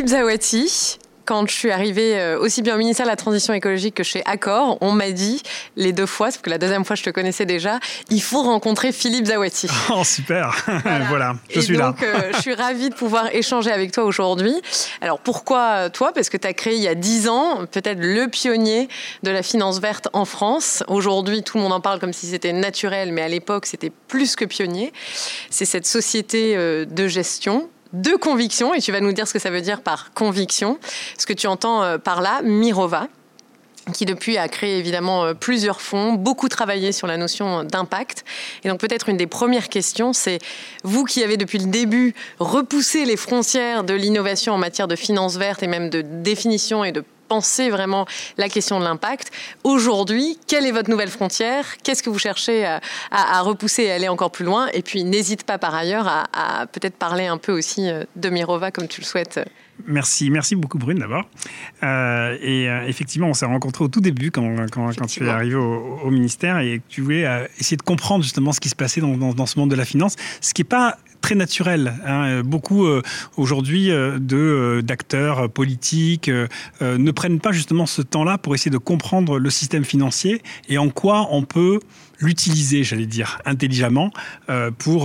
Zawati. Quand je suis arrivée aussi bien au ministère de la Transition écologique que chez Accor, on m'a dit les 2 fois, parce que la deuxième fois je te connaissais déjà, il faut rencontrer Philippe Zawati. Oh super, voilà, je suis là. Donc, je suis ravie de pouvoir échanger avec toi aujourd'hui. Alors pourquoi toi ? Parce que tu as créé il y a 10 ans, peut-être le pionnier de la finance verte en France. Aujourd'hui, tout le monde en parle comme si c'était naturel, mais à l'époque, c'était plus que pionnier. C'est cette société de gestion de conviction, et tu vas nous dire ce que ça veut dire par conviction, ce que tu entends par là, Mirova, qui depuis a créé évidemment plusieurs fonds, beaucoup travaillé sur la notion d'impact. Et donc peut-être une des premières questions, c'est vous qui avez depuis le début repoussé les frontières de l'innovation en matière de finance verte et même de définition et de penser vraiment la question de l'impact. Aujourd'hui, quelle est votre nouvelle frontière ? Qu'est-ce que vous cherchez à repousser et aller encore plus loin ? Et puis, n'hésite pas par ailleurs à peut-être parler un peu aussi de Mirova comme tu le souhaites. Merci beaucoup Brune d'abord. Effectivement, on s'est rencontrés au tout début quand tu es arrivé au ministère et que tu voulais essayer de comprendre justement ce qui se passait dans ce monde de la finance, ce qui n'est pas très naturel. Beaucoup aujourd'hui d'acteurs politiques ne prennent pas justement ce temps-là pour essayer de comprendre le système financier et en quoi on peut l'utiliser, j'allais dire, intelligemment pour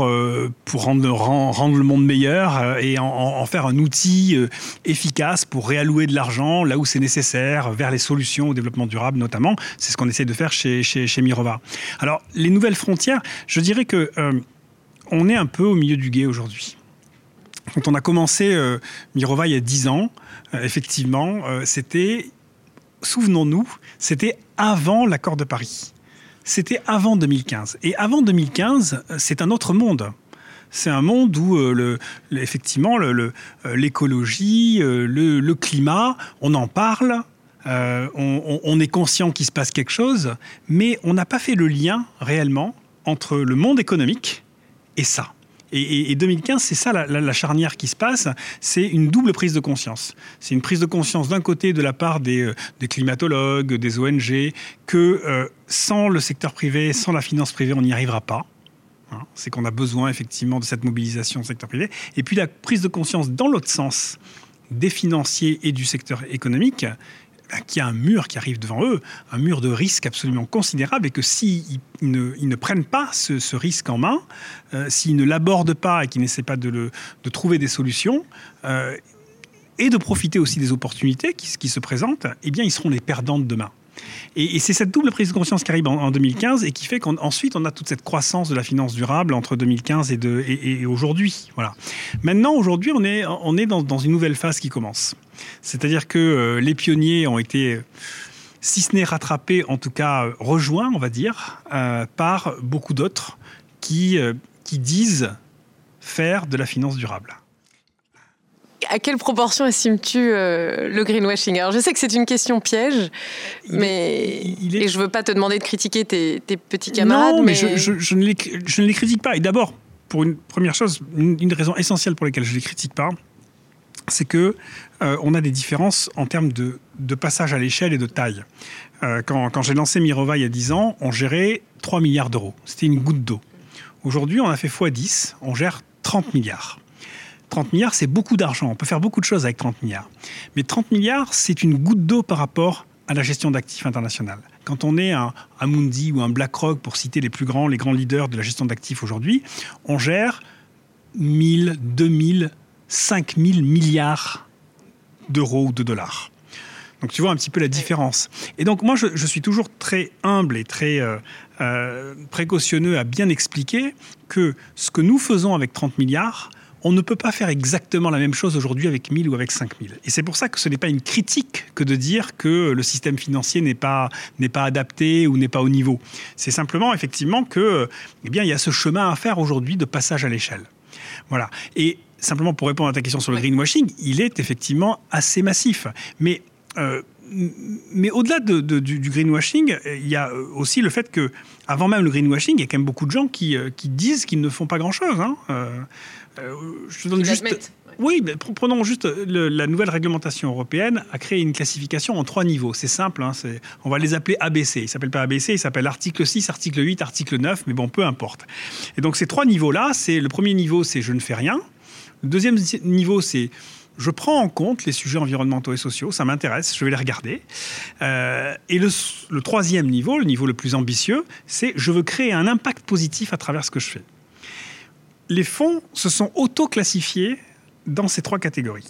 rendre le monde meilleur et en faire un outil efficace pour réallouer de l'argent là où c'est nécessaire, vers les solutions au développement durable notamment. C'est ce qu'on essaie de faire chez Mirova. Alors, les nouvelles frontières, je dirais que on est un peu au milieu du gué aujourd'hui. Quand on a commencé Mirova il y a 10 ans, effectivement, souvenons-nous, c'était avant l'accord de Paris. C'était avant 2015. Et avant 2015, c'est un autre monde. C'est un monde où, effectivement, l'écologie, le climat, on en parle, on est conscient qu'il se passe quelque chose, mais on n'a pas fait le lien réellement entre le monde économique et ça. Et 2015, c'est ça la charnière qui se passe, c'est une double prise de conscience. C'est une prise de conscience d'un côté de la part des climatologues, des ONG, que sans le secteur privé, sans la finance privée, on n'y arrivera pas. C'est qu'on a besoin effectivement de cette mobilisation du secteur privé. Et puis la prise de conscience dans l'autre sens des financiers et du secteur économique, qu'il y a un mur qui arrive devant eux, un mur de risque absolument considérable et que s'ils ne prennent pas ce risque en main, s'ils ne l'abordent pas et qu'ils n'essaient pas de trouver des solutions et de profiter aussi des opportunités qui se présentent, eh bien, ils seront les perdants de demain. Et c'est cette double prise de conscience qui arrive en 2015 et qui fait qu'ensuite on a toute cette croissance de la finance durable entre 2015 et aujourd'hui. Voilà. Maintenant, aujourd'hui, on est dans une nouvelle phase qui commence. C'est-à-dire que les pionniers ont été, si ce n'est rattrapés, en tout cas rejoints, on va dire, par beaucoup d'autres qui disent faire de la finance durable. À quelle proportion estimes-tu le greenwashing ? Alors, je sais que c'est une question piège, et je ne veux pas te demander de critiquer tes petits camarades. Non, mais je ne les critique pas. Et d'abord, pour une première chose, une des raisons essentielles pour lesquelles je ne les critique pas, c'est qu'on a des différences en termes de passage à l'échelle et de taille. Quand j'ai lancé Mirova il y a 10 ans, on gérait 3 milliards d'euros. C'était une goutte d'eau. Aujourd'hui, on a fait x10, on gère 30 milliards. 30 milliards, c'est beaucoup d'argent. On peut faire beaucoup de choses avec 30 milliards. Mais 30 milliards, c'est une goutte d'eau par rapport à la gestion d'actifs internationale. Quand on est un Amundi ou un BlackRock, pour citer les grands leaders de la gestion d'actifs aujourd'hui, on gère 1000, 2000, 5000 milliards d'euros ou de dollars. Donc tu vois un petit peu la différence. Et donc moi, je suis toujours très humble et très précautionneux à bien expliquer que ce que nous faisons avec 30 milliards, on ne peut pas faire exactement la même chose aujourd'hui avec 1000 ou avec 5000. Et c'est pour ça que ce n'est pas une critique que de dire que le système financier n'est pas adapté ou n'est pas au niveau. C'est simplement effectivement que, il y a ce chemin à faire aujourd'hui de passage à l'échelle. Voilà. Et simplement pour répondre à ta question sur le greenwashing, il est effectivement assez massif. Mais au-delà du greenwashing, il y a aussi le fait que, avant même le greenwashing, il y a quand même beaucoup de gens qui disent qu'ils ne font pas grand-chose. Je te donne juste. Oui, mais prenons juste la nouvelle réglementation européenne a créé une classification en 3 niveaux. C'est simple, on va les appeler ABC. Ils ne s'appellent pas ABC, ils s'appellent article 6, article 8, article 9, mais bon, peu importe. Et donc ces 3 niveaux-là, le premier niveau, c'est je ne fais rien. Le deuxième niveau, c'est Je prends en compte les sujets environnementaux et sociaux, ça m'intéresse, je vais les regarder. Et le troisième niveau, le niveau le plus ambitieux, c'est je veux créer un impact positif à travers ce que je fais. Les fonds se sont auto-classifiés dans ces 3 catégories.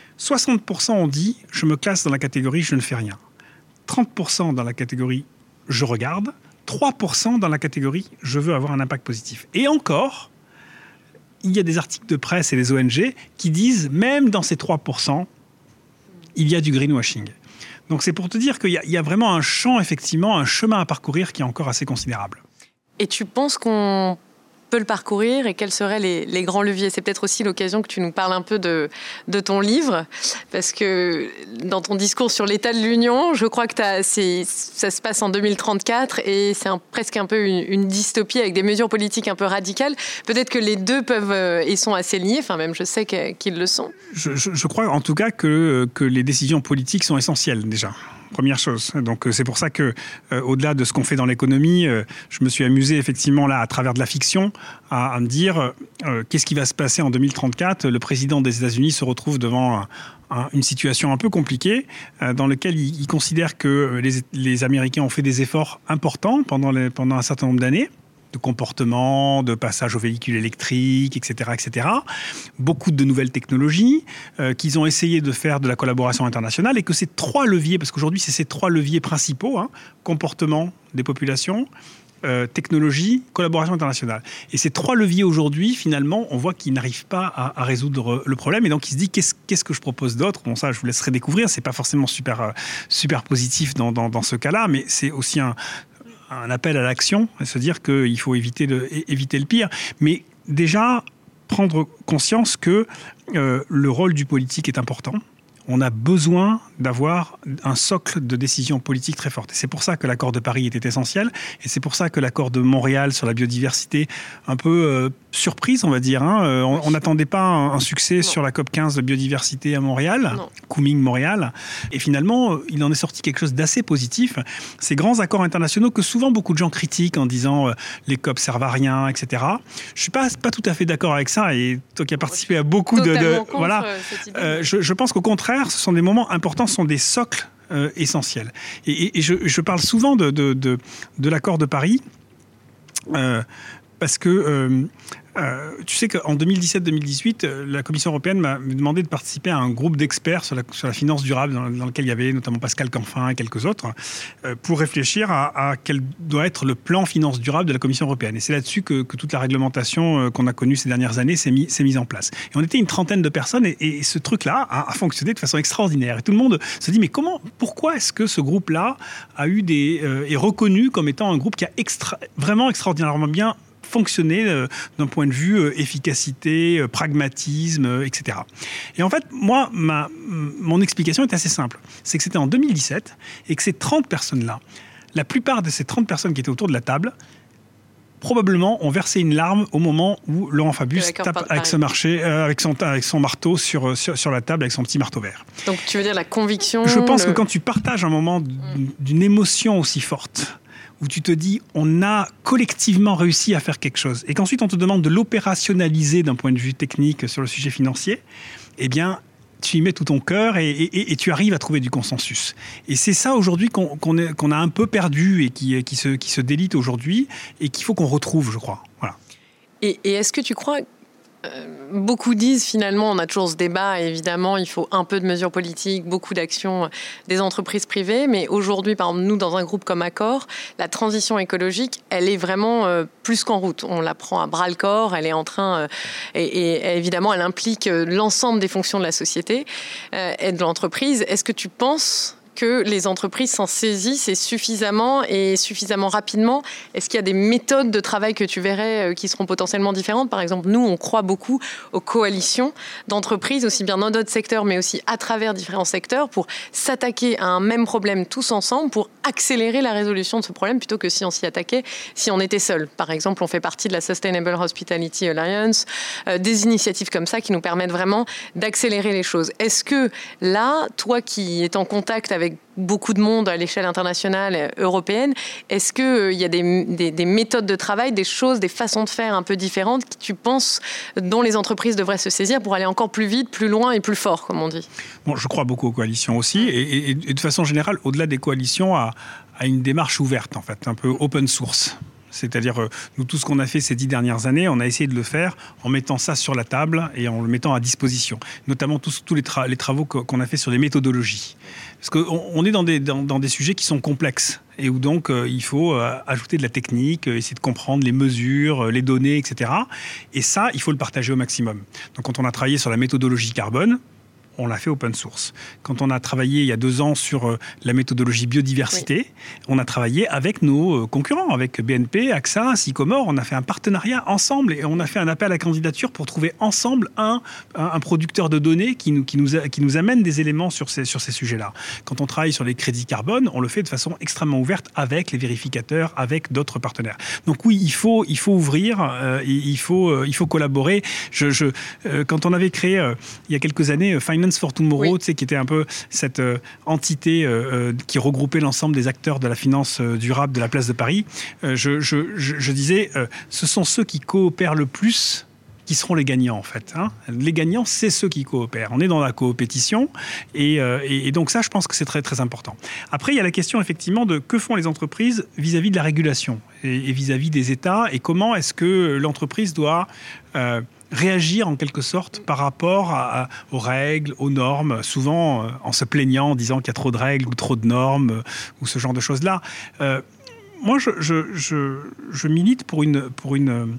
60% ont dit « je me classe dans la catégorie je ne fais rien ». 30% dans la catégorie « je regarde ». 3% dans la catégorie « je veux avoir un impact positif ». Et encore, il y a des articles de presse et des ONG qui disent « même dans ces 3%, il y a du greenwashing ». Donc c'est pour te dire qu'il y a vraiment un champ, effectivement, un chemin à parcourir qui est encore assez considérable. Et tu penses qu'on peut le parcourir et quels seraient les grands leviers? C'est peut-être aussi l'occasion que tu nous parles un peu de ton livre, parce que dans ton discours sur l'état de l'Union, je crois que ça se passe en 2034 et c'est presque un peu une dystopie avec des mesures politiques un peu radicales. Peut-être que les deux peuvent et sont assez liés, enfin même je sais qu'ils le sont. Je crois en tout cas que les décisions politiques sont essentielles déjà. Première chose. Donc c'est pour ça que, au-delà de ce qu'on fait dans l'économie, je me suis amusé effectivement là, à travers de la fiction, à me dire qu'est-ce qui va se passer en 2034. Le président des États-Unis se retrouve devant une situation un peu compliquée, dans laquelle il considère que les Américains ont fait des efforts importants pendant un certain nombre d'années, de comportement, de passage aux véhicules électriques, etc., etc. Beaucoup de nouvelles technologies qu'ils ont essayé de faire de la collaboration internationale et que ces 3 leviers, parce qu'aujourd'hui c'est ces 3 leviers principaux, comportement des populations, technologie, collaboration internationale. Et ces 3 leviers aujourd'hui, finalement, on voit qu'ils n'arrivent pas à résoudre le problème. Et donc, il se dit, qu'est-ce que je propose d'autre? Bon, ça, je vous laisserai découvrir. C'est pas forcément super positif dans ce cas-là, mais c'est aussi un appel à l'action, à se dire qu'il faut éviter le pire. Mais déjà, prendre conscience que le rôle du politique est important. On a besoin d'avoir un socle de décision politique très forte. Et c'est pour ça que l'accord de Paris était essentiel. Et c'est pour ça que l'accord de Montréal sur la biodiversité, un peu surprise, on va dire. On n'attendait pas un succès sur la COP15 de biodiversité à Montréal, Kunming-Montréal. Et finalement, il en est sorti quelque chose d'assez positif. Ces grands accords internationaux que souvent beaucoup de gens critiquent en disant les COP servent à rien, etc. Je suis pas tout à fait d'accord avec ça. Et toi qui as participé à beaucoup voilà, je pense qu'au contraire, ce sont des moments importants, ce sont des socles essentiels. Et je parle souvent de l'accord de Paris parce que tu sais qu'en 2017-2018, la Commission européenne m'a demandé de participer à un groupe d'experts sur la finance durable, dans lequel il y avait notamment Pascal Canfin et quelques autres, pour réfléchir à quel doit être le plan finance durable de la Commission européenne. Et c'est là-dessus que toute la réglementation qu'on a connue ces dernières années s'est mise en place. Et on était une trentaine de personnes et ce truc-là a fonctionné de façon extraordinaire. Et tout le monde se dit, mais pourquoi est-ce que ce groupe-là est reconnu comme étant un groupe qui a vraiment extraordinairement bien fonctionner d'un point de vue efficacité, pragmatisme, etc. Et en fait, moi, mon explication est assez simple. C'est que c'était en 2017 et que ces 30 personnes-là, la plupart de ces 30 personnes qui étaient autour de la table, probablement ont versé une larme au moment où Laurent Fabius tape avec son marteau sur la table avec son petit marteau vert. Donc tu veux dire la conviction... Je pense que quand tu partages un moment d'une émotion aussi forte, où tu te dis, on a collectivement réussi à faire quelque chose, et qu'ensuite on te demande de l'opérationnaliser d'un point de vue technique sur le sujet financier, eh bien, tu y mets tout ton cœur et tu arrives à trouver du consensus. Et c'est ça aujourd'hui qu'on a un peu perdu et qui se délite aujourd'hui, et qu'il faut qu'on retrouve, je crois. Voilà. Et est-ce que tu crois... Beaucoup disent finalement, on a toujours ce débat, évidemment, il faut un peu de mesures politiques, beaucoup d'actions des entreprises privées, mais aujourd'hui, par exemple, nous, dans un groupe comme Accor, la transition écologique, elle est vraiment plus qu'en route. On la prend à bras-le-corps, elle est en train, et évidemment, elle implique l'ensemble des fonctions de la société et de l'entreprise. Est-ce que tu penses que les entreprises s'en saisissent et suffisamment rapidement? Est-ce qu'il y a des méthodes de travail que tu verrais qui seront potentiellement différentes? Par exemple, nous, on croit beaucoup aux coalitions d'entreprises, aussi bien dans d'autres secteurs, mais aussi à travers différents secteurs, pour s'attaquer à un même problème tous ensemble, pour accélérer la résolution de ce problème, plutôt que si on s'y attaquait, si on était seul. Par exemple, on fait partie de la Sustainable Hospitality Alliance, des initiatives comme ça qui nous permettent vraiment d'accélérer les choses. Est-ce que là, toi qui es en contact avec avec beaucoup de monde à l'échelle internationale, européenne. Est-ce qu'il y a des méthodes de travail, des choses, des façons de faire un peu différentes que tu penses dont les entreprises devraient se saisir pour aller encore plus vite, plus loin et plus fort, comme on dit? Bon, je crois beaucoup aux coalitions aussi. Et de façon générale, au-delà des coalitions, à une démarche ouverte, en fait, un peu open source. C'est-à-dire, nous, tout ce qu'on a fait ces 10 dernières années, on a essayé de le faire en mettant ça sur la table et en le mettant à disposition. Notamment tous les travaux qu'on a fait sur les méthodologies. Parce qu'on est dans des sujets qui sont complexes et où donc il faut ajouter de la technique, essayer de comprendre les mesures, les données, etc. Et ça, il faut le partager au maximum. Donc quand on a travaillé sur la méthodologie carbone, on l'a fait open source. Quand on a travaillé il y a 2 ans sur la méthodologie biodiversité, on a travaillé avec nos concurrents, avec BNP, AXA, Sycomore. On a fait un partenariat ensemble et on a fait un appel à candidature pour trouver ensemble un producteur de données qui nous amène des éléments sur ces sujets-là. Quand on travaille sur les crédits carbone, on le fait de façon extrêmement ouverte avec les vérificateurs, avec d'autres partenaires. Donc oui, il faut ouvrir, il faut collaborer. Quand on avait créé il y a quelques années Finance for Tomorrow, qui était un peu cette entité qui regroupait l'ensemble des acteurs de la finance durable de la place de Paris, je disais, ce sont ceux qui coopèrent le plus qui seront les gagnants, en fait. Les gagnants, c'est ceux qui coopèrent. On est dans la coopétition et donc ça, je pense que c'est très, très important. Après, il y a la question, effectivement, de que font les entreprises vis-à-vis de la régulation et vis-à-vis des États et comment est-ce que l'entreprise doit réagir en quelque sorte par rapport aux règles, aux normes, souvent en se plaignant, en disant qu'il y a trop de règles ou trop de normes ou ce genre de choses-là. Moi, je milite pour une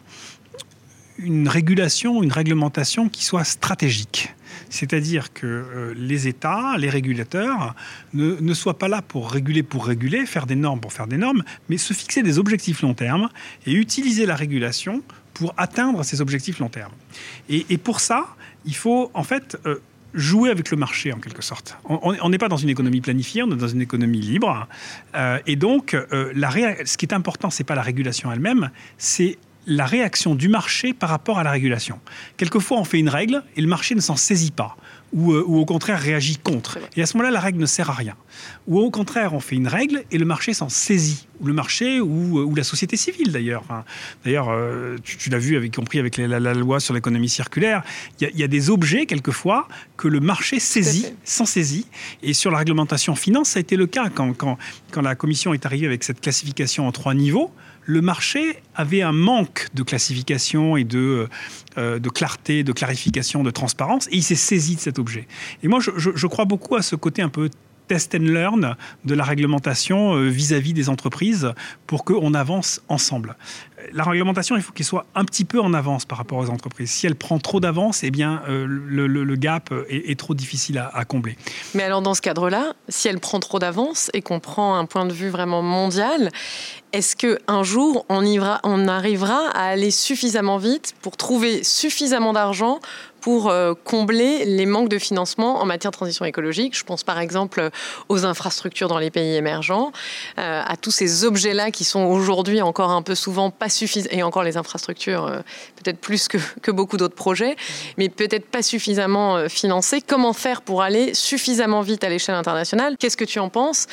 régulation, une réglementation qui soit stratégique. C'est-à-dire que les États, les régulateurs ne soient pas là pour réguler, faire des normes pour faire des normes, mais se fixer des objectifs long terme et utiliser la régulation pour atteindre ces objectifs long terme. Et pour ça, il faut en fait jouer avec le marché en quelque sorte. On n'est pas dans une économie planifiée, on est dans une économie libre. Et donc, ce qui est important, c'est pas la régulation elle-même, c'est la réaction du marché par rapport à la régulation. Quelquefois, on fait une règle et le marché ne s'en saisit pas. Ou au contraire réagit contre. Et à ce moment-là, la règle ne sert à rien. Ou au contraire, on fait une règle et le marché s'en saisit. Ou le marché ou la société civile d'ailleurs. D'ailleurs, tu l'as vu, y compris avec la loi sur l'économie circulaire, il y a des objets quelquefois que le marché s'en saisit. Et sur la réglementation finance, ça a été le cas quand la Commission est arrivée avec cette classification en 3 niveaux. Le marché avait un manque de classification et de clarté, de clarification, de transparence, et il s'est saisi de cet objet. Et moi, je crois beaucoup à ce côté un peu test and learn de la réglementation vis-à-vis des entreprises pour qu'on avance ensemble. La réglementation, il faut qu'elle soit un petit peu en avance par rapport aux entreprises. Si elle prend trop d'avance, eh bien, le gap est trop difficile à combler. Mais alors, dans ce cadre-là, si elle prend trop d'avance et qu'on prend un point de vue vraiment mondial, est-ce qu'un jour, on arrivera à aller suffisamment vite pour trouver suffisamment d'argent pour combler les manques de financement en matière de transition écologique? Je pense par exemple aux infrastructures dans les pays émergents, à tous ces objets-là qui sont aujourd'hui encore un peu souvent pas suffisants, et encore les infrastructures peut-être plus que beaucoup d'autres projets, mais peut-être pas suffisamment financés. Comment faire pour aller suffisamment vite à l'échelle internationale? Qu'est-ce que tu en penses?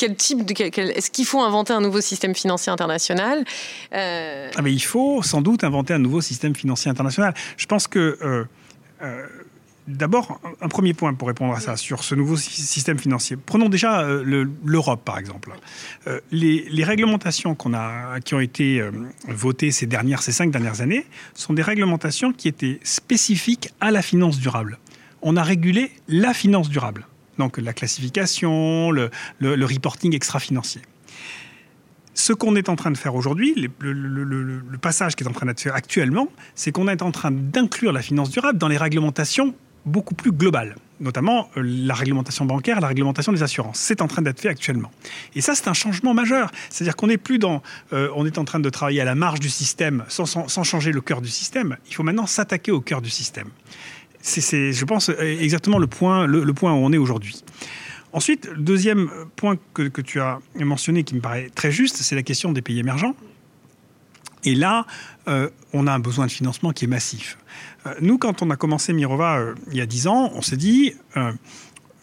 Est-ce qu'il faut inventer un nouveau système financier international? Mais il faut sans doute inventer un nouveau système financier international. Je pense que d'abord, un premier point pour répondre à ça, sur ce nouveau système financier. Prenons déjà l'Europe, par exemple. Les réglementations qui ont été votées ces 5 dernières années sont des réglementations qui étaient spécifiques à la finance durable. On a régulé la finance durable, donc la classification, le reporting extra-financier. Ce qu'on est en train de faire aujourd'hui, le passage qui est en train d'être fait actuellement, c'est qu'on est en train d'inclure la finance durable dans les réglementations beaucoup plus globales, notamment la réglementation bancaire, la réglementation des assurances. C'est en train d'être fait actuellement. Et ça, c'est un changement majeur. C'est-à-dire qu'on n'est plus on est en train de travailler à la marge du système sans changer le cœur du système. Il faut maintenant s'attaquer au cœur du système. C'est, je pense, exactement le point où on est aujourd'hui. Ensuite, le deuxième point que tu as mentionné qui me paraît très juste, c'est la question des pays émergents. Et là, on a un besoin de financement qui est massif. Nous, quand on a commencé Mirova il y a 10 ans, on s'est dit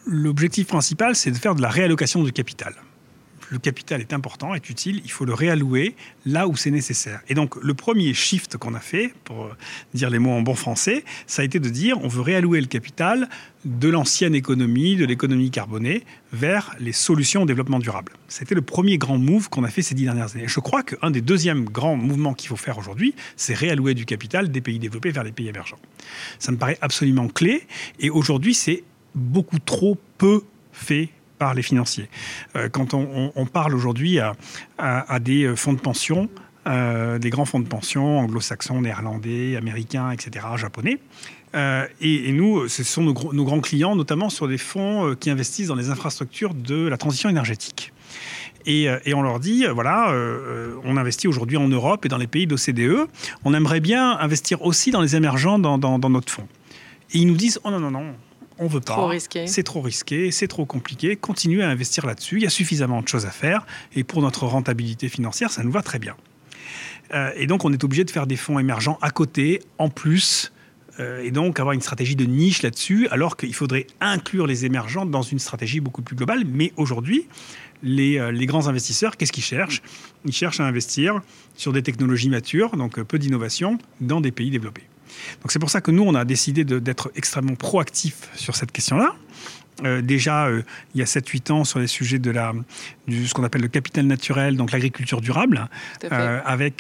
l'objectif principal, c'est de faire de la réallocation du capital. Le capital est important, est utile, il faut le réallouer là où c'est nécessaire. Et donc, le premier shift qu'on a fait, pour dire les mots en bon français, ça a été de dire on veut réallouer le capital de l'ancienne économie, de l'économie carbonée, vers les solutions au développement durable. C'était le premier grand move qu'on a fait ces 10 dernières années. Je crois qu'un des deuxièmes grands mouvements qu'il faut faire aujourd'hui, c'est réallouer du capital des pays développés vers les pays émergents. Ça me paraît absolument clé, et aujourd'hui, c'est beaucoup trop peu fait par les financiers. Quand on parle aujourd'hui à des fonds de pension, des grands fonds de pension anglo-saxons, néerlandais, américains, etc., japonais, et nous, ce sont nos grands clients, notamment sur des fonds qui investissent dans les infrastructures de la transition énergétique. Et on leur dit, voilà, on investit aujourd'hui en Europe et dans les pays d'OCDE, on aimerait bien investir aussi dans les émergents dans notre fonds. Et ils nous disent, oh non, on ne veut pas, c'est trop risqué, c'est trop compliqué, continuez à investir là-dessus, il y a suffisamment de choses à faire, et pour notre rentabilité financière, ça nous va très bien. Et donc, on est obligé de faire des fonds émergents à côté, en plus, et donc avoir une stratégie de niche là-dessus, alors qu'il faudrait inclure les émergents dans une stratégie beaucoup plus globale. Mais aujourd'hui, les grands investisseurs, qu'est-ce qu'ils cherchent ? Ils cherchent à investir sur des technologies matures, donc peu d'innovation, dans des pays développés. Donc c'est pour ça que nous, on a décidé d'être extrêmement proactifs sur cette question-là. Déjà, il y a 7-8 ans, sur les sujets de ce qu'on appelle le capital naturel, donc l'agriculture durable, avec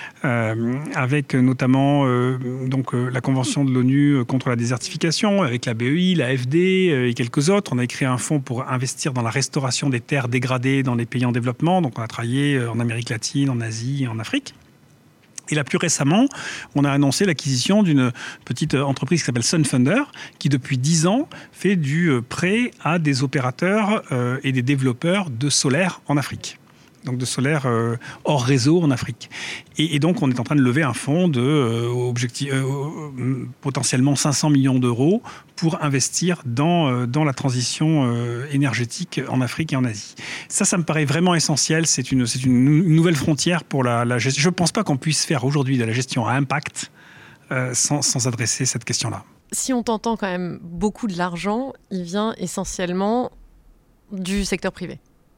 notamment la Convention de l'ONU contre la désertification, avec la BEI, la FD et quelques autres. On a créé un fonds pour investir dans la restauration des terres dégradées dans les pays en développement. Donc on a travaillé en Amérique latine, en Asie et en Afrique. Et là, plus récemment, on a annoncé l'acquisition d'une petite entreprise qui s'appelle Sunfunder, qui depuis 10 ans fait du prêt à des opérateurs et des développeurs de solaire en Afrique. Donc de solaire hors réseau en Afrique. Et donc, on est en train de lever un fonds de potentiellement 500 millions d'euros pour investir dans la transition énergétique en Afrique et en Asie. Ça me paraît vraiment essentiel. C'est une nouvelle frontière pour la gestion. Je ne pense pas qu'on puisse faire aujourd'hui de la gestion à impact sans adresser cette question-là. Si on t'entend quand même beaucoup de l'argent, il vient essentiellement du secteur privé.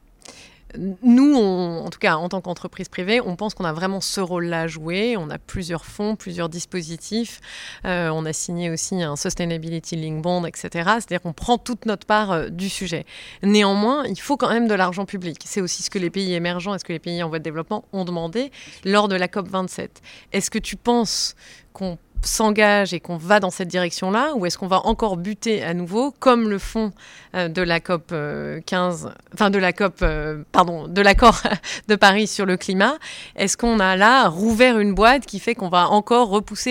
Nous, en tout cas, en tant qu'entreprise privée, on pense qu'on a vraiment ce rôle-là à jouer. On a plusieurs fonds, plusieurs dispositifs. On a signé aussi un Sustainability Link Bond, etc. C'est-à-dire qu'on prend toute notre part du sujet. Néanmoins, il faut quand même de l'argent public. C'est aussi ce que les pays émergents et ce que les pays en voie de développement ont demandé lors de la COP27. Est-ce que tu penses qu'on s'engage et qu'on va dans cette direction-là, ou est-ce qu'on va encore buter à nouveau, comme le font de la COP 15, enfin de l'accord de Paris sur le climat? Est-ce qu'on a là rouvert une boîte qui fait qu'on va encore repousser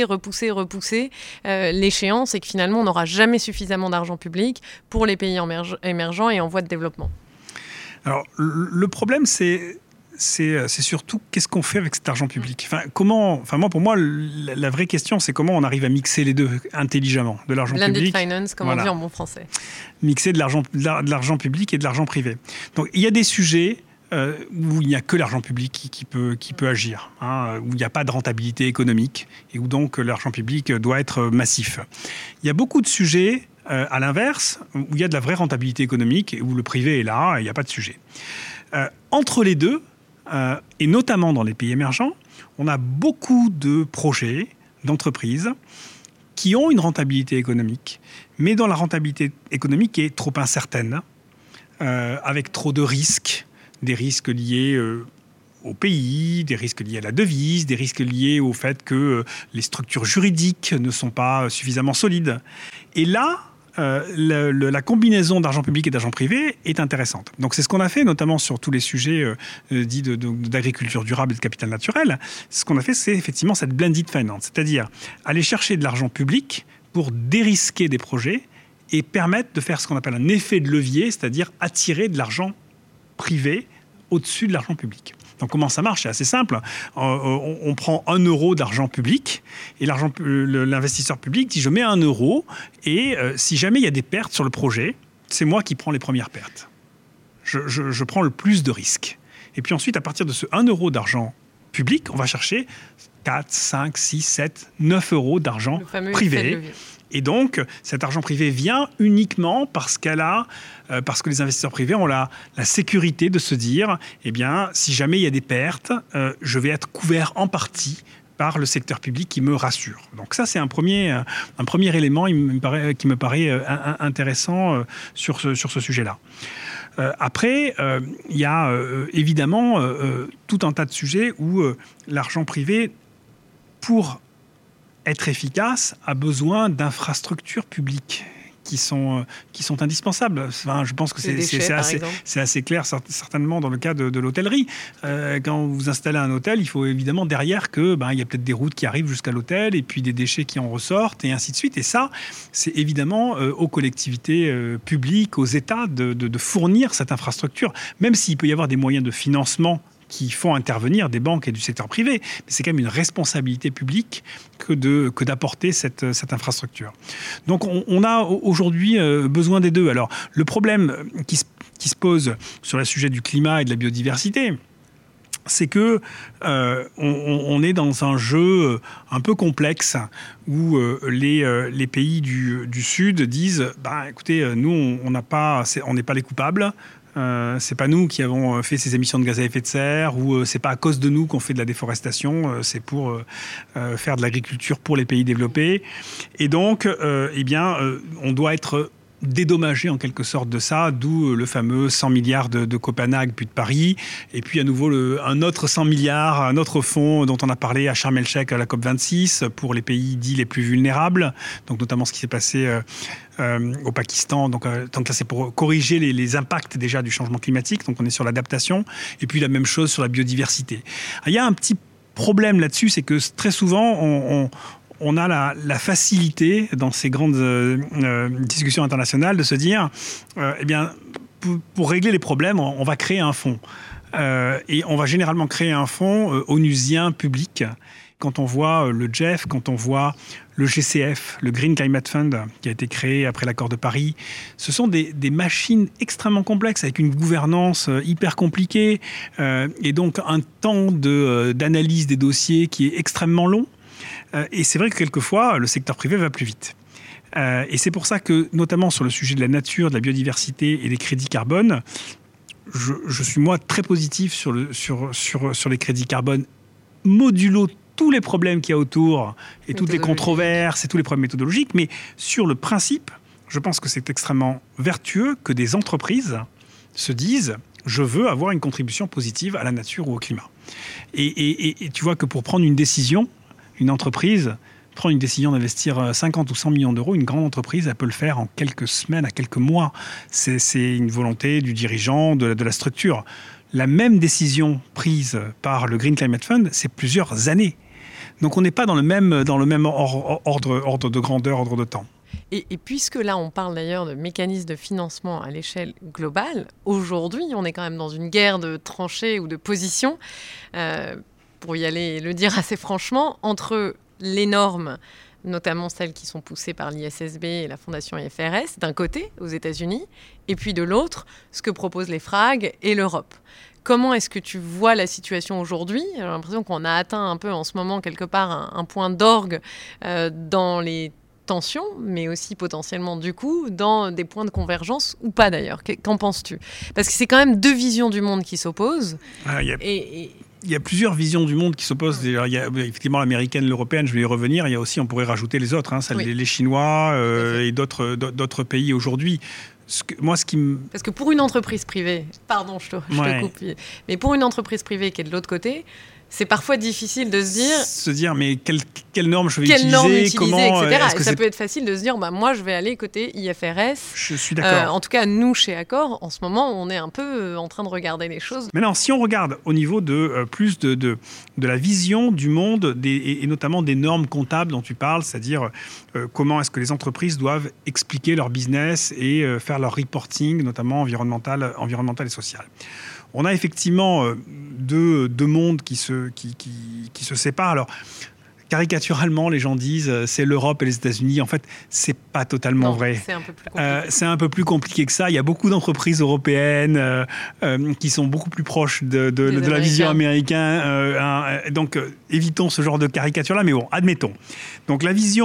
l'échéance et que finalement on n'aura jamais suffisamment d'argent public pour les pays émergents et en voie de développement? Alors le problème, c'est surtout qu'est-ce qu'on fait avec cet argent public. Pour moi, la vraie question, c'est comment on arrive à mixer les deux intelligemment, de l'argent public. Blended finance, comme on dit en bon français. Mixer de l'argent public et de l'argent privé. Donc, il y a des sujets où il n'y a que l'argent public qui peut agir, où il n'y a pas de rentabilité économique et où donc l'argent public doit être massif. Il y a beaucoup de sujets, à l'inverse, où il y a de la vraie rentabilité économique et où le privé est là et il n'y a pas de sujet. Entre les deux, et notamment dans les pays émergents, on a beaucoup de projets, d'entreprises qui ont une rentabilité économique, mais dont la rentabilité économique est trop incertaine, avec trop de risques, des risques liés au pays, des risques liés à la devise, des risques liés au fait que les structures juridiques ne sont pas suffisamment solides. Et là, la combinaison d'argent public et d'argent privé est intéressante. Donc c'est ce qu'on a fait, notamment sur tous les sujets dits d'agriculture durable et de capital naturel. Ce qu'on a fait, c'est effectivement cette blended finance, c'est-à-dire aller chercher de l'argent public pour dérisquer des projets et permettre de faire ce qu'on appelle un effet de levier, c'est-à-dire attirer de l'argent privé au-dessus de l'argent public. Donc comment ça marche ? C'est assez simple. On prend 1 euro d'argent public et l'investisseur public dit je mets 1 euro et si jamais il y a des pertes sur le projet, c'est moi qui prends les premières pertes. Je prends le plus de risques. Et puis ensuite, à partir de ce 1 euro d'argent public, on va chercher 4, 5, 6, 7, 9 euros d'argent privé. Et donc, cet argent privé vient uniquement parce que les investisseurs privés ont la sécurité de se dire, eh bien, si jamais il y a des pertes, je vais être couvert en partie par le secteur public qui me rassure. Donc ça, c'est un premier élément qui me paraît intéressant sur ce sujet-là. Après, il y a évidemment tout un tas de sujets où l'argent privé, pour être efficace, a besoin d'infrastructures publiques qui sont indispensables. Enfin, je pense que c'est assez clair, certainement dans le cas de l'hôtellerie. Quand vous installez un hôtel, il faut évidemment derrière qu'il y a peut-être des routes qui arrivent jusqu'à l'hôtel et puis des déchets qui en ressortent et ainsi de suite. Et ça, c'est évidemment aux collectivités publiques, aux États de fournir cette infrastructure, même s'il peut y avoir des moyens de financement qui font intervenir des banques et du secteur privé. Mais c'est quand même une responsabilité publique que d'apporter cette infrastructure. Donc on a aujourd'hui besoin des deux. Alors le problème qui se pose sur le sujet du climat et de la biodiversité, c'est que on est dans un jeu un peu complexe où les pays du Sud disent écoutez, nous on n'est pas les coupables. C'est pas nous qui avons fait ces émissions de gaz à effet de serre, ou c'est pas à cause de nous qu'on fait de la déforestation, c'est pour faire de l'agriculture pour les pays développés. Et donc, on doit être dédommagé en quelque sorte de ça, d'où le fameux 100 milliards de Copenhague puis de Paris, et puis à nouveau un autre 100 milliards, un autre fonds dont on a parlé à Sharm el-Sheikh à la COP26 pour les pays dits les plus vulnérables, donc notamment ce qui s'est passé au Pakistan. Donc là, c'est pour corriger les impacts déjà du changement climatique, donc on est sur l'adaptation, et puis la même chose sur la biodiversité. Il y a un petit problème là-dessus, c'est que très souvent, on a la facilité dans ces grandes discussions internationales de se dire, pour régler les problèmes, on va créer un fonds. Et on va généralement créer un fonds onusien public. Quand on voit le GEF, quand on voit le GCF, le Green Climate Fund, qui a été créé après l'accord de Paris, ce sont des machines extrêmement complexes, avec une gouvernance hyper compliquée, et donc un temps d'analyse des dossiers qui est extrêmement long. Et c'est vrai que quelquefois, le secteur privé va plus vite. Et c'est pour ça que, notamment sur le sujet de la nature, de la biodiversité et des crédits carbone, je suis moi très positif sur les crédits carbone, modulo tous les problèmes qu'il y a autour, et toutes les controverses, et tous les problèmes méthodologiques. Mais sur le principe, je pense que c'est extrêmement vertueux que des entreprises se disent « je veux avoir une contribution positive à la nature ou au climat ». Et tu vois que pour prendre une décision, une entreprise prend une décision d'investir 50 ou 100 millions d'euros, une grande entreprise, elle peut le faire en quelques semaines, à quelques mois. C'est une volonté du dirigeant, de la structure. La même décision prise par le Green Climate Fund, c'est plusieurs années. Donc on n'est pas dans le même ordre de grandeur, ordre de temps. Et puisque là, on parle d'ailleurs de mécanismes de financement à l'échelle globale, aujourd'hui, on est quand même dans une guerre de tranchées ou de positions, pour y aller et le dire assez franchement, entre les normes, notamment celles qui sont poussées par l'ISSB et la Fondation IFRS, d'un côté, aux États-Unis, et puis de l'autre, ce que proposent les FRAG et l'Europe. Comment est-ce que tu vois la situation aujourd'hui ? J'ai l'impression qu'on a atteint un peu en ce moment, quelque part, un point d'orgue dans les tensions, mais aussi potentiellement, du coup, dans des points de convergence, ou pas d'ailleurs. Qu'en penses-tu ? Parce que c'est quand même deux visions du monde qui s'opposent. Il y a plusieurs visions du monde qui s'opposent. Il y a effectivement l'américaine, l'européenne, je vais y revenir. Il y a aussi, on pourrait rajouter les autres, les Chinois et d'autres pays aujourd'hui. Parce que pour une entreprise privée, pardon, je te coupe, mais pour une entreprise privée qui est de l'autre côté, c'est parfois difficile de se dire mais quelle norme je vais utiliser, comment, etc. Et ça peut être facile de se dire, moi je vais aller côté IFRS. Je suis d'accord. En tout cas, nous chez Accor, en ce moment, on est un peu en train de regarder les choses. Maintenant, si on regarde au niveau de plus de la vision du monde et notamment des normes comptables dont tu parles, c'est-à-dire comment est-ce que les entreprises doivent expliquer leur business et faire leur reporting, notamment environnemental et social. On a effectivement deux mondes qui se séparent. Alors, caricaturalement, les gens disent c'est l'Europe et les États-Unis. En fait, c'est pas totalement vrai. C'est un peu plus compliqué. C'est un peu plus compliqué que ça. Il y a beaucoup d'entreprises européennes qui sont beaucoup plus proches de la vision américaine. Donc, évitons ce genre de caricature-là. Mais bon, admettons. Donc, la vision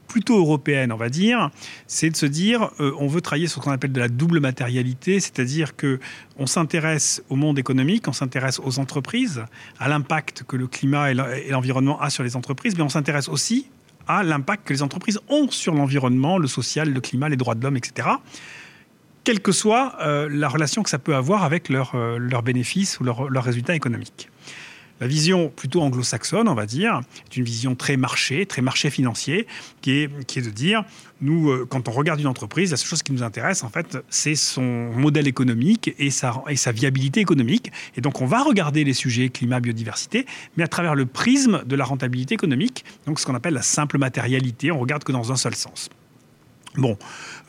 plutôt européenne, on va dire, c'est de se dire on veut travailler sur ce qu'on appelle de la double matérialité, c'est-à-dire qu'on s'intéresse au monde économique, on s'intéresse aux entreprises, à l'impact que le climat et l'environnement a sur les entreprises, mais on s'intéresse aussi à l'impact que les entreprises ont sur l'environnement, le social, le climat, les droits de l'homme, etc., quelle que soit la relation que ça peut avoir avec leurs bénéfices ou leurs résultats économiques. La vision plutôt anglo-saxonne, on va dire, est une vision très marché financier, qui est de dire, nous, quand on regarde une entreprise, la seule chose qui nous intéresse, en fait, c'est son modèle économique et sa viabilité économique. Et donc, on va regarder les sujets climat, biodiversité, mais à travers le prisme de la rentabilité économique, donc ce qu'on appelle la simple matérialité, on regarde que dans un seul sens. Bon,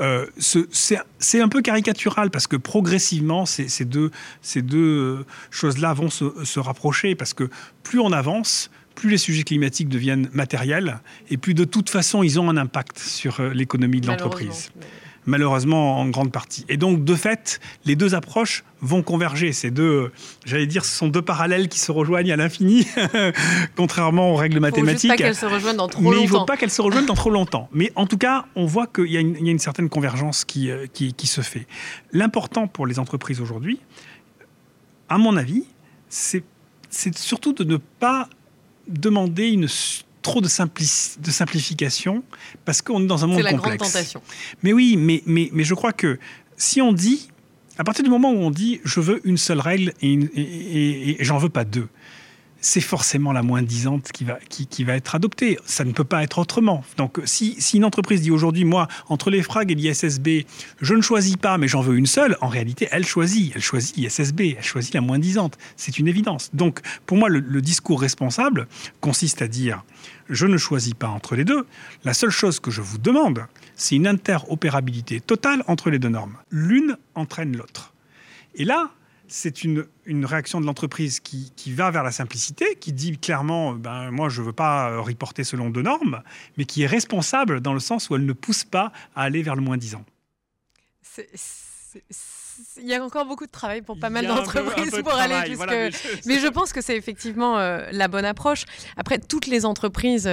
c'est un peu caricatural parce que progressivement, ces deux choses-là vont se rapprocher parce que plus on avance, plus les sujets climatiques deviennent matériels et plus de toute façon, ils ont un impact sur l'économie de l'entreprise. Malheureusement, en grande partie. Et donc, de fait, les deux approches vont converger. Ce sont deux parallèles qui se rejoignent à l'infini, contrairement aux règles mathématiques. Il ne faut juste pas qu'elles se rejoignent dans trop longtemps. Mais il ne faut pas qu'elles se rejoignent dans trop longtemps. Mais en tout cas, on voit qu'il y a une certaine convergence qui se fait. L'important pour les entreprises aujourd'hui, à mon avis, c'est surtout de ne pas demander trop de simplification parce qu'on est dans un monde complexe. C'est la grande tentation. Mais oui, mais je crois que si on dit, à partir du moment où on dit je veux une seule règle et j'en veux pas deux, c'est forcément la moins disante qui va être adoptée. Ça ne peut pas être autrement. Donc, si une entreprise dit aujourd'hui, moi, entre les FRAG et l'ISSB, je ne choisis pas, mais j'en veux une seule, en réalité, elle choisit l'ISSB, elle choisit la moins disante. C'est une évidence. Donc, pour moi, le discours responsable consiste à dire, je ne choisis pas entre les deux. La seule chose que je vous demande, c'est une interopérabilité totale entre les deux normes. L'une entraîne l'autre. Et là, c'est une réaction de l'entreprise qui va vers la simplicité, qui dit clairement, moi, je ne veux pas reporter selon deux normes, mais qui est responsable dans le sens où elle ne pousse pas à aller vers le moins disant. Il y a encore beaucoup de travail pour pas mal d'entreprises pour aller jusque... Voilà, mais je pense que c'est effectivement la bonne approche. Après, toutes les entreprises,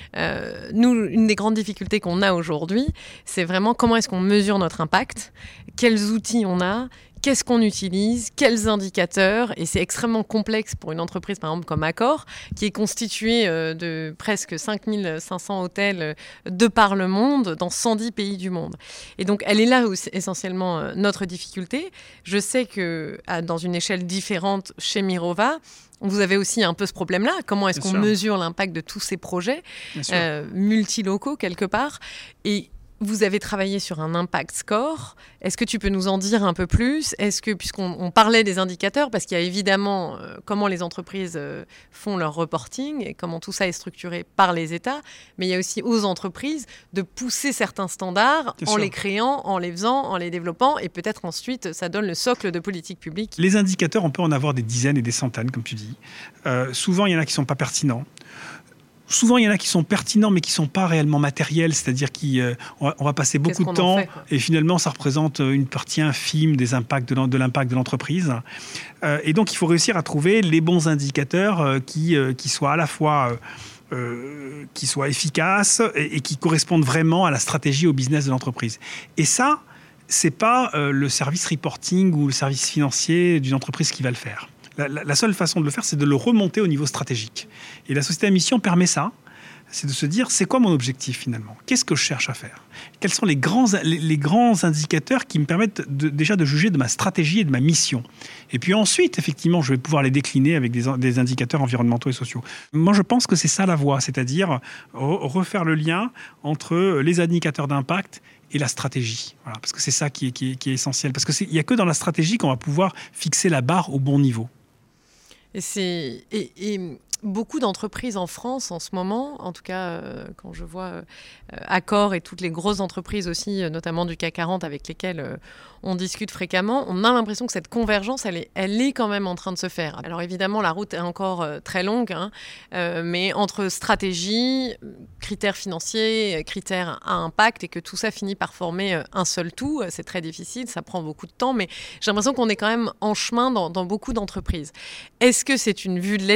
nous, une des grandes difficultés qu'on a aujourd'hui, c'est vraiment comment est-ce qu'on mesure notre impact, quels outils on a, qu'est-ce qu'on utilise, quels indicateurs, et c'est extrêmement complexe pour une entreprise, par exemple, comme Accor, qui est constituée de presque 5500 hôtels de par le monde, dans 110 pays du monde. Et donc, elle est là aussi, essentiellement notre difficulté. Je sais que, dans une échelle différente chez Mirova, vous avez aussi un peu ce problème-là. Comment est-ce qu'on mesure l'impact de tous ces projets multilocaux, quelque part ? Et vous avez travaillé sur un impact score. Est-ce que tu peux nous en dire un peu plus ? Est-ce que, puisqu'on parlait des indicateurs, parce qu'il y a évidemment comment les entreprises font leur reporting et comment tout ça est structuré par les États, mais il y a aussi aux entreprises de pousser certains standards en les créant, en les faisant, en les développant, et peut-être ensuite ça donne le socle de politique publique. Les indicateurs, on peut en avoir des dizaines et des centaines, comme tu dis. Souvent, il y en a qui ne sont pas pertinents. Souvent, il y en a qui sont pertinents, mais qui ne sont pas réellement matériels, c'est-à-dire qu'on va passer beaucoup de temps et finalement, ça représente une partie infime des impacts de l'impact de l'entreprise. Et donc, il faut réussir à trouver les bons indicateurs qui soient à la fois qui soient efficaces et qui correspondent vraiment à la stratégie, au business de l'entreprise. Et ça, ce n'est pas le service reporting ou le service financier d'une entreprise qui va le faire. La seule façon de le faire, c'est de le remonter au niveau stratégique. Et la société à mission permet ça, c'est de se dire, c'est quoi mon objectif finalement ? Qu'est-ce que je cherche à faire ? Quels sont les grands indicateurs qui me permettent déjà de juger de ma stratégie et de ma mission ? Et puis ensuite, effectivement, je vais pouvoir les décliner avec des indicateurs environnementaux et sociaux. Moi, je pense que c'est ça la voie, c'est-à-dire refaire le lien entre les indicateurs d'impact et la stratégie. Voilà, parce que c'est ça qui est essentiel. Parce qu'il n'y a que dans la stratégie qu'on va pouvoir fixer la barre au bon niveau. Et beaucoup d'entreprises en France en ce moment, en tout cas quand je vois Accor et toutes les grosses entreprises aussi, notamment du CAC 40 avec lesquelles on discute fréquemment, on a l'impression que cette convergence, elle est quand même en train de se faire. Alors évidemment, la route est encore très longue, mais entre stratégie, critères financiers, critères à impact, et que tout ça finit par former un seul tout, c'est très difficile, ça prend beaucoup de temps, mais j'ai l'impression qu'on est quand même en chemin dans beaucoup d'entreprises. Est-ce que c'est une vue de l'esprit ?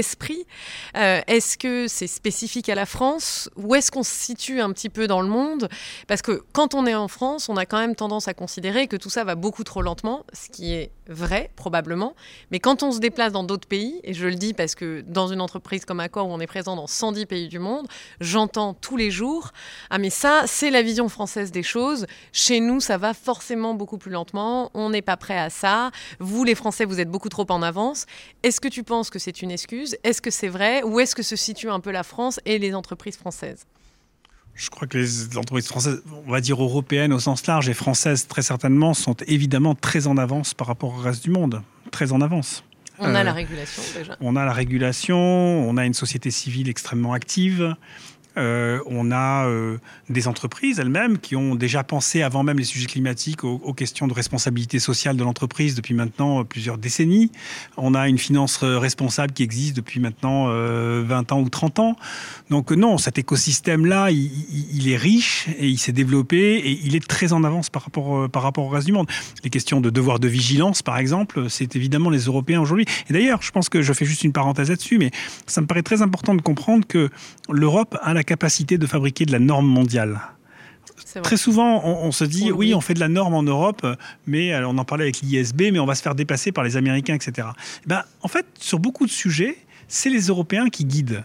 Est-ce que c'est spécifique à la France? Où est-ce qu'on se situe un petit peu dans le monde? Parce que quand on est en France, on a quand même tendance à considérer que tout ça va beaucoup trop lentement, ce qui est vrai, probablement. Mais quand on se déplace dans d'autres pays, et je le dis parce que dans une entreprise comme Accor, où on est présent dans 110 pays du monde, j'entends tous les jours « Ah mais ça, c'est la vision française des choses. Chez nous, ça va forcément beaucoup plus lentement. On n'est pas prêt à ça. Vous, les Français, vous êtes beaucoup trop en avance. » Est-ce que tu penses que c'est une excuse? Est-ce que c'est vrai? Où est-ce que se situe un peu la France et les entreprises françaises? Je crois que les entreprises françaises, on va dire européennes au sens large, et françaises très certainement, sont évidemment très en avance par rapport au reste du monde. Très en avance. On a la régulation déjà. On a la régulation, on a une société civile extrêmement active. On a des entreprises elles-mêmes qui ont déjà pensé avant même les sujets climatiques aux questions de responsabilité sociale de l'entreprise depuis maintenant plusieurs décennies. On a une finance responsable qui existe depuis maintenant 20 ans ou 30 ans. Donc non, cet écosystème-là, il est riche et il s'est développé et il est très en avance par rapport au reste du monde. Les questions de devoir de vigilance, par exemple, c'est évidemment les Européens aujourd'hui. Et d'ailleurs, je pense que je fais juste une parenthèse là-dessus, mais ça me paraît très important de comprendre que l'Europe a la capacité de fabriquer de la norme mondiale. Très souvent, on se dit, oui, on fait de la norme en Europe, mais on en parlait avec l'ISB, mais on va se faire dépasser par les Américains, etc. En fait, sur beaucoup de sujets, c'est les Européens qui guident.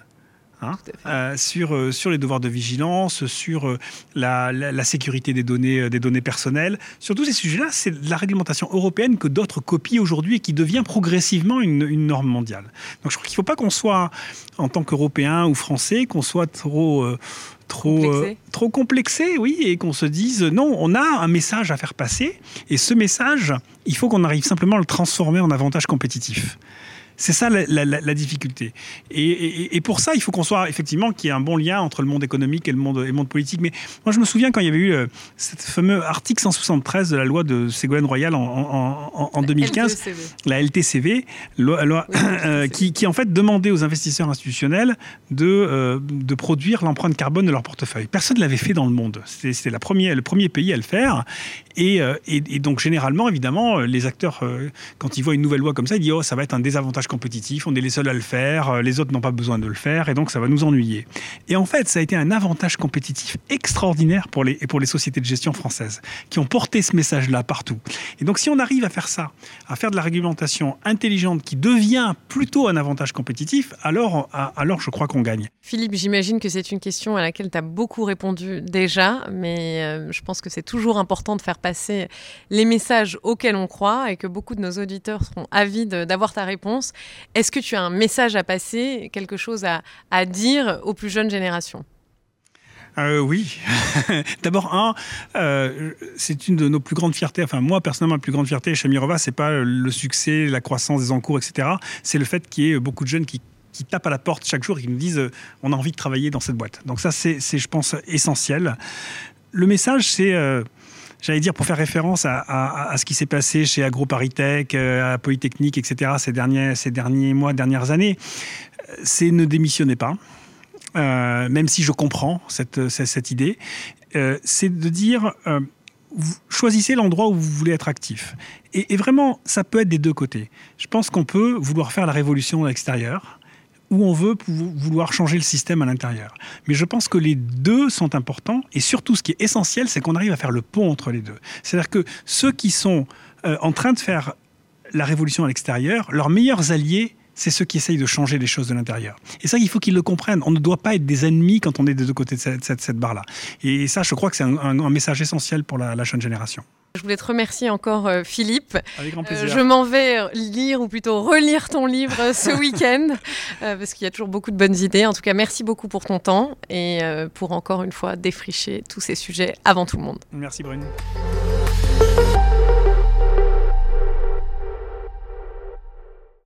Sur les devoirs de vigilance, sur la sécurité des données personnelles. Sur tous ces sujets-là, c'est la réglementation européenne que d'autres copient aujourd'hui et qui devient progressivement une norme mondiale. Donc je crois qu'il ne faut pas qu'on soit, en tant qu'Européens ou Français, qu'on soit trop complexé, oui, et qu'on se dise non, on a un message à faire passer, et ce message, il faut qu'on arrive simplement à le transformer en avantage compétitif. C'est ça la difficulté. Et pour ça, il faut qu'on soit effectivement qu'il y ait un bon lien entre le monde économique et le monde politique. Mais moi, je me souviens quand il y avait eu ce fameux article 173 de la loi de Ségolène Royal en 2015, la LTCV, qui en fait demandait aux investisseurs institutionnels de produire l'empreinte carbone de leur portefeuille. Personne ne l'avait fait dans le monde. C'était le premier pays à le faire. Et donc, généralement, évidemment, les acteurs, quand ils voient une nouvelle loi comme ça, ils disent « Oh, ça va être un désavantage compétitif, on est les seuls à le faire, les autres n'ont pas besoin de le faire, et donc ça va nous ennuyer. » Et en fait, ça a été un avantage compétitif extraordinaire pour les sociétés de gestion françaises, qui ont porté ce message-là partout. Et donc, si on arrive à faire ça, à faire de la réglementation intelligente qui devient plutôt un avantage compétitif, alors je crois qu'on gagne. Philippe, j'imagine que c'est une question à laquelle tu as beaucoup répondu déjà, mais je pense que c'est toujours important de faire passer les messages auxquels on croit et que beaucoup de nos auditeurs seront avides d'avoir ta réponse. Est-ce que tu as un message à passer, quelque chose à dire aux plus jeunes générations ? Oui. D'abord, c'est une de nos plus grandes fiertés. Enfin, moi, personnellement, ma plus grande fierté chez Mirova, c'est pas le succès, la croissance des encours, etc. C'est le fait qu'il y ait beaucoup de jeunes qui tapent à la porte chaque jour et qui nous disent on a envie de travailler dans cette boîte. Donc ça, c'est je pense, essentiel. Le message, c'est... j'allais dire, pour faire référence à ce qui s'est passé chez AgroParisTech, à Polytechnique, etc., ces derniers mois, dernières années, c'est ne démissionnez pas, même si je comprends cette idée, c'est de dire, choisissez l'endroit où vous voulez être actif. Et vraiment, ça peut être des deux côtés. Je pense qu'on peut vouloir faire la révolution à l'extérieur, où on veut vouloir changer le système à l'intérieur. Mais je pense que les deux sont importants, et surtout ce qui est essentiel, c'est qu'on arrive à faire le pont entre les deux. C'est-à-dire que ceux qui sont en train de faire la révolution à l'extérieur, leurs meilleurs alliés, c'est ceux qui essayent de changer les choses de l'intérieur. Et ça, il faut qu'ils le comprennent. On ne doit pas être des ennemis quand on est des deux côtés de cette barre-là. Et ça, je crois que c'est un message essentiel pour la jeune génération. Je voulais te remercier encore, Philippe. Avec grand plaisir. Je m'en vais lire, ou plutôt relire ton livre ce week-end, parce qu'il y a toujours beaucoup de bonnes idées. En tout cas, merci beaucoup pour ton temps et pour encore une fois défricher tous ces sujets avant tout le monde. Merci Brune.